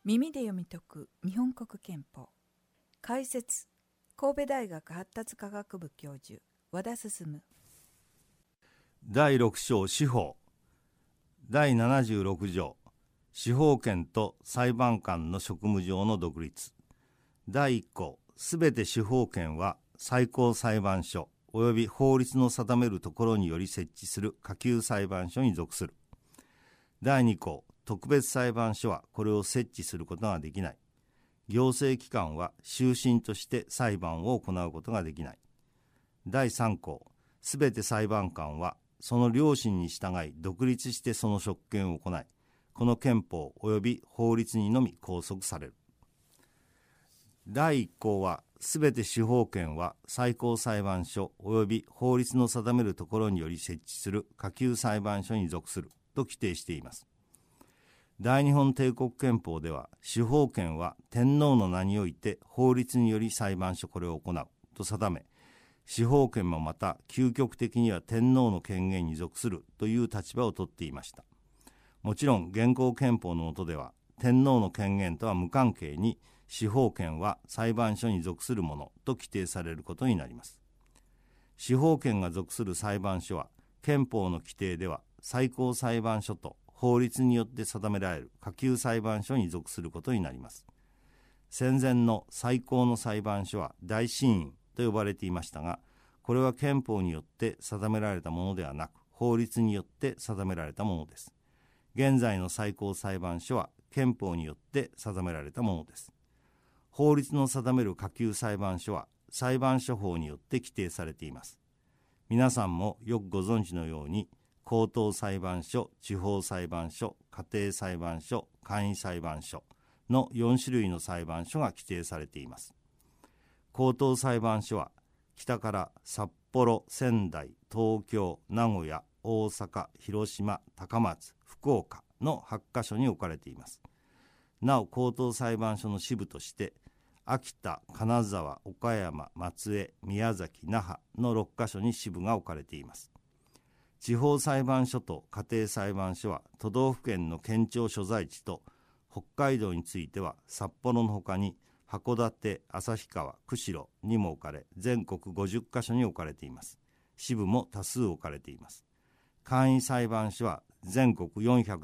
耳で読み解く日本国憲法。解説、神戸大学発達科学部教授和田進。 第6章司法。第76条司法権と裁判官の職務上の独立。第1項、すべて司法権は最高裁判所及び法律の定めるところにより設置する下級裁判所に属する。第2項、特別裁判所はこれを設置することができない。行政機関は終身として裁判を行うことができない。第3項、すべて裁判官はその良心に従い独立してその職権を行い、この憲法及び法律にのみ拘束される。第1項は、すべて司法権は最高裁判所及び法律の定めるところにより設置する下級裁判所に属すると規定しています。大日本帝国憲法では、司法権は天皇の名において法律により裁判所これを行うと定め、司法権もまた究極的には天皇の権限に属するという立場をとっていました。もちろん現行憲法の下では、天皇の権限とは無関係に司法権は裁判所に属するものと規定されることになります。司法権が属する裁判所は、憲法の規定では最高裁判所と法律によって定められる下級裁判所に属することになります。戦前の最高の裁判所は大審院と呼ばれていましたが、これは憲法によって定められたものではなく、法律によって定められたものです。現在の最高裁判所は憲法によって定められたものです。法律の定める下級裁判所は裁判所法によって規定されています。皆さんもよくご存知のように、高等裁判所、地方裁判所、家庭裁判所、簡易裁判所の4種類の裁判所が規定されています。高等裁判所は北から札幌、仙台、東京、名古屋、大阪、広島、高松、福岡の8カ所に置かれています。なお、高等裁判所の支部として秋田、金沢、岡山、松江、宮崎、那覇の6カ所に支部が置かれています。地方裁判所と家庭裁判所は都道府県の県庁所在地と、北海道については札幌のほかに函館、旭川、釧路にも置かれ、全国50カ所に置かれています。支部も多数置かれています。簡易裁判所は全国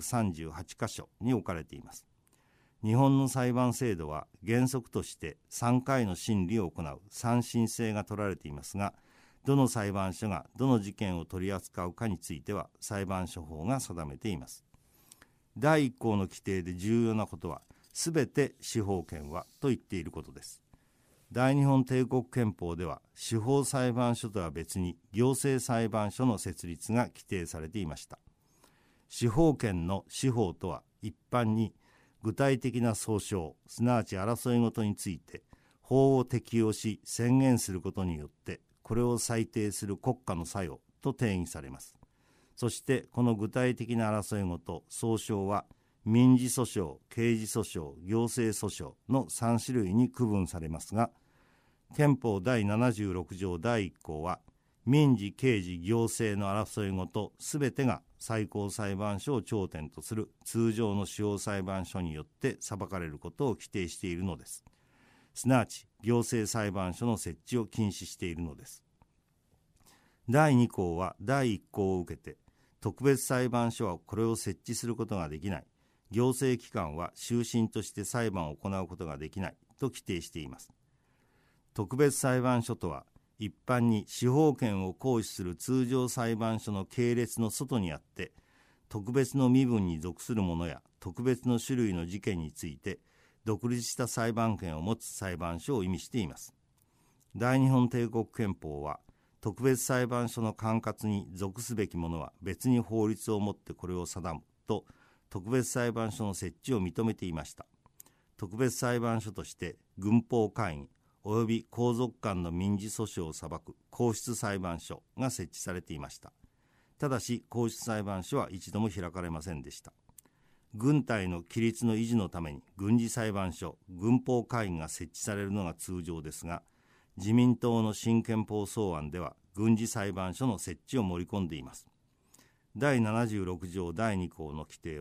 438カ所に置かれています。日本の裁判制度は原則として3回の審理を行う3審制が取られていますが、どの裁判所がどの事件を取り扱うかについては裁判所法が定めています。第1項の規定で重要なことは、すべて司法権はと言っていることです。大日本帝国憲法では、司法裁判所とは別に行政裁判所の設立が規定されていました。司法権の司法とは、一般に具体的な訴訟、すなわち争い事について法を適用し宣言することによって、これを裁定する国家の作用と定義されます。そしてこの具体的な争い事、訴訟は民事訴訟、刑事訴訟、行政訴訟の3種類に区分されますが、憲法第76条第1項は、民事、刑事、行政の争い事すべてが最高裁判所を頂点とする通常の司法裁判所によって裁かれることを規定しているのです。すなわち行政裁判所の設置を禁止しているのです。第2項は第1項を受けて、特別裁判所はこれを設置することができない、行政機関は終身として裁判を行うことができないと規定しています。特別裁判所とは、一般に司法権を行使する通常裁判所の系列の外にあって、特別の身分に属するものや特別の種類の事件について独立した裁判権を持つ裁判所を意味しています。大日本帝国憲法は、特別裁判所の管轄に属すべきものは別に法律をもってこれを定むと、特別裁判所の設置を認めていました。特別裁判所として軍法会議及び皇族間の民事訴訟を裁く皇室裁判所が設置されていました。ただし皇室裁判所は一度も開かれませんでした。軍隊の規律の維持のために軍事裁判所、軍法会議が設置されるのが通常ですが、自民党の新憲法草案では軍事裁判所の設置を盛り込んでいます。第76条第2項の規定は、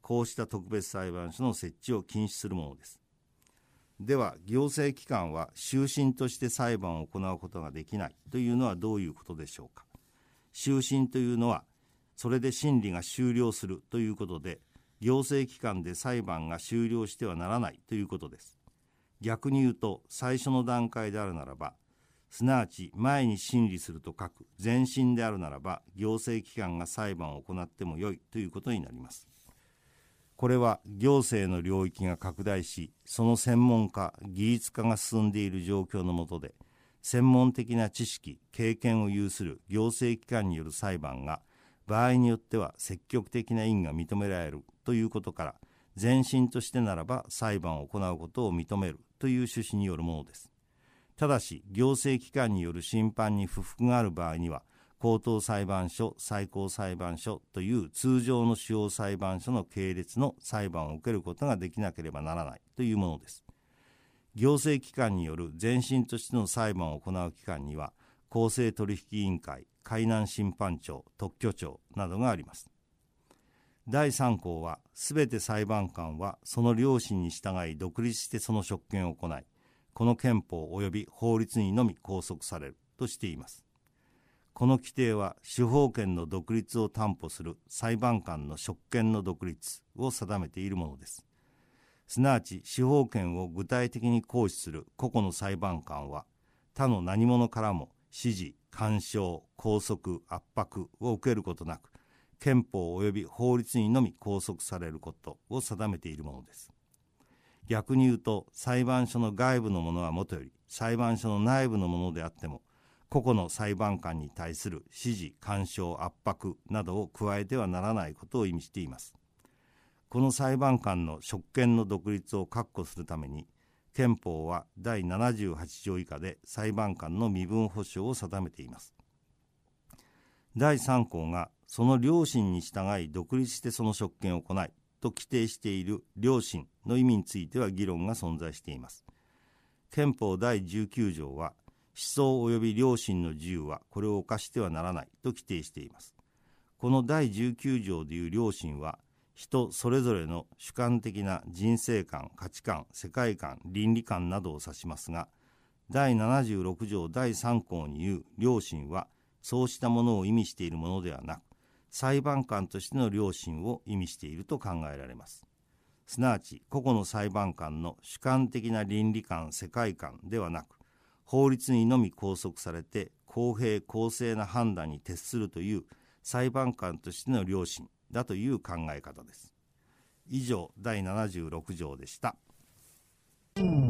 こうした特別裁判所の設置を禁止するものです。では、行政機関は終審として裁判を行うことができないというのはどういうことでしょうか。終審というのは、それで審理が終了するということで、行政機関で裁判が終了してはならないということです。逆に言うと、最初の段階であるならば、すなわち前に審理すると書く前審であるならば、行政機関が裁判を行ってもよいということになります。これは行政の領域が拡大し、その専門化、技術化が進んでいる状況の下で、専門的な知識、経験を有する行政機関による裁判が、場合によっては積極的な因が認められるということから、前審としてならば裁判を行うことを認めるという趣旨によるものです。ただし、行政機関による審判に不服がある場合には、高等裁判所、最高裁判所という通常の司法裁判所の系列の裁判を受けることができなければならないというものです。行政機関による前審としての裁判を行う機関には、公正取引委員会、海南審判庁、特許庁などがあります。第3項は、すべて裁判官はその良心に従い独立してその職権を行い、この憲法及び法律にのみ拘束されるとしています。この規定は司法権の独立を担保する裁判官の職権の独立を定めているものです。すなわち司法権を具体的に行使する個々の裁判官は他の何者からも指示、干渉、拘束、圧迫を受けることなく、憲法及び法律にのみ拘束されることを定めているものです。逆に言うと、裁判所の外部のものはもとより裁判所の内部のものであっても、個々の裁判官に対する指示、干渉、圧迫などを加えてはならないことを意味しています。この裁判官の職権の独立を確保するために、憲法は第78条以下で裁判官の身分保障を定めています。第3項がその良心に従い独立してその職権を行いと規定している良心の意味については議論が存在しています。憲法第19条は、思想及び良心の自由はこれを侵してはならないと規定しています。この第19条でいう良心は、人それぞれの主観的な人生観、価値観、世界観、倫理観などを指しますが、第76条第3項にいう良心は、そうしたものを意味しているものではなく、裁判官としての良心を意味していると考えられます。すなわち、個々の裁判官の主観的な倫理観、世界観ではなく、法律にのみ拘束されて公平公正な判断に徹するという裁判官としての良心だという考え方です。以上、第76条でした。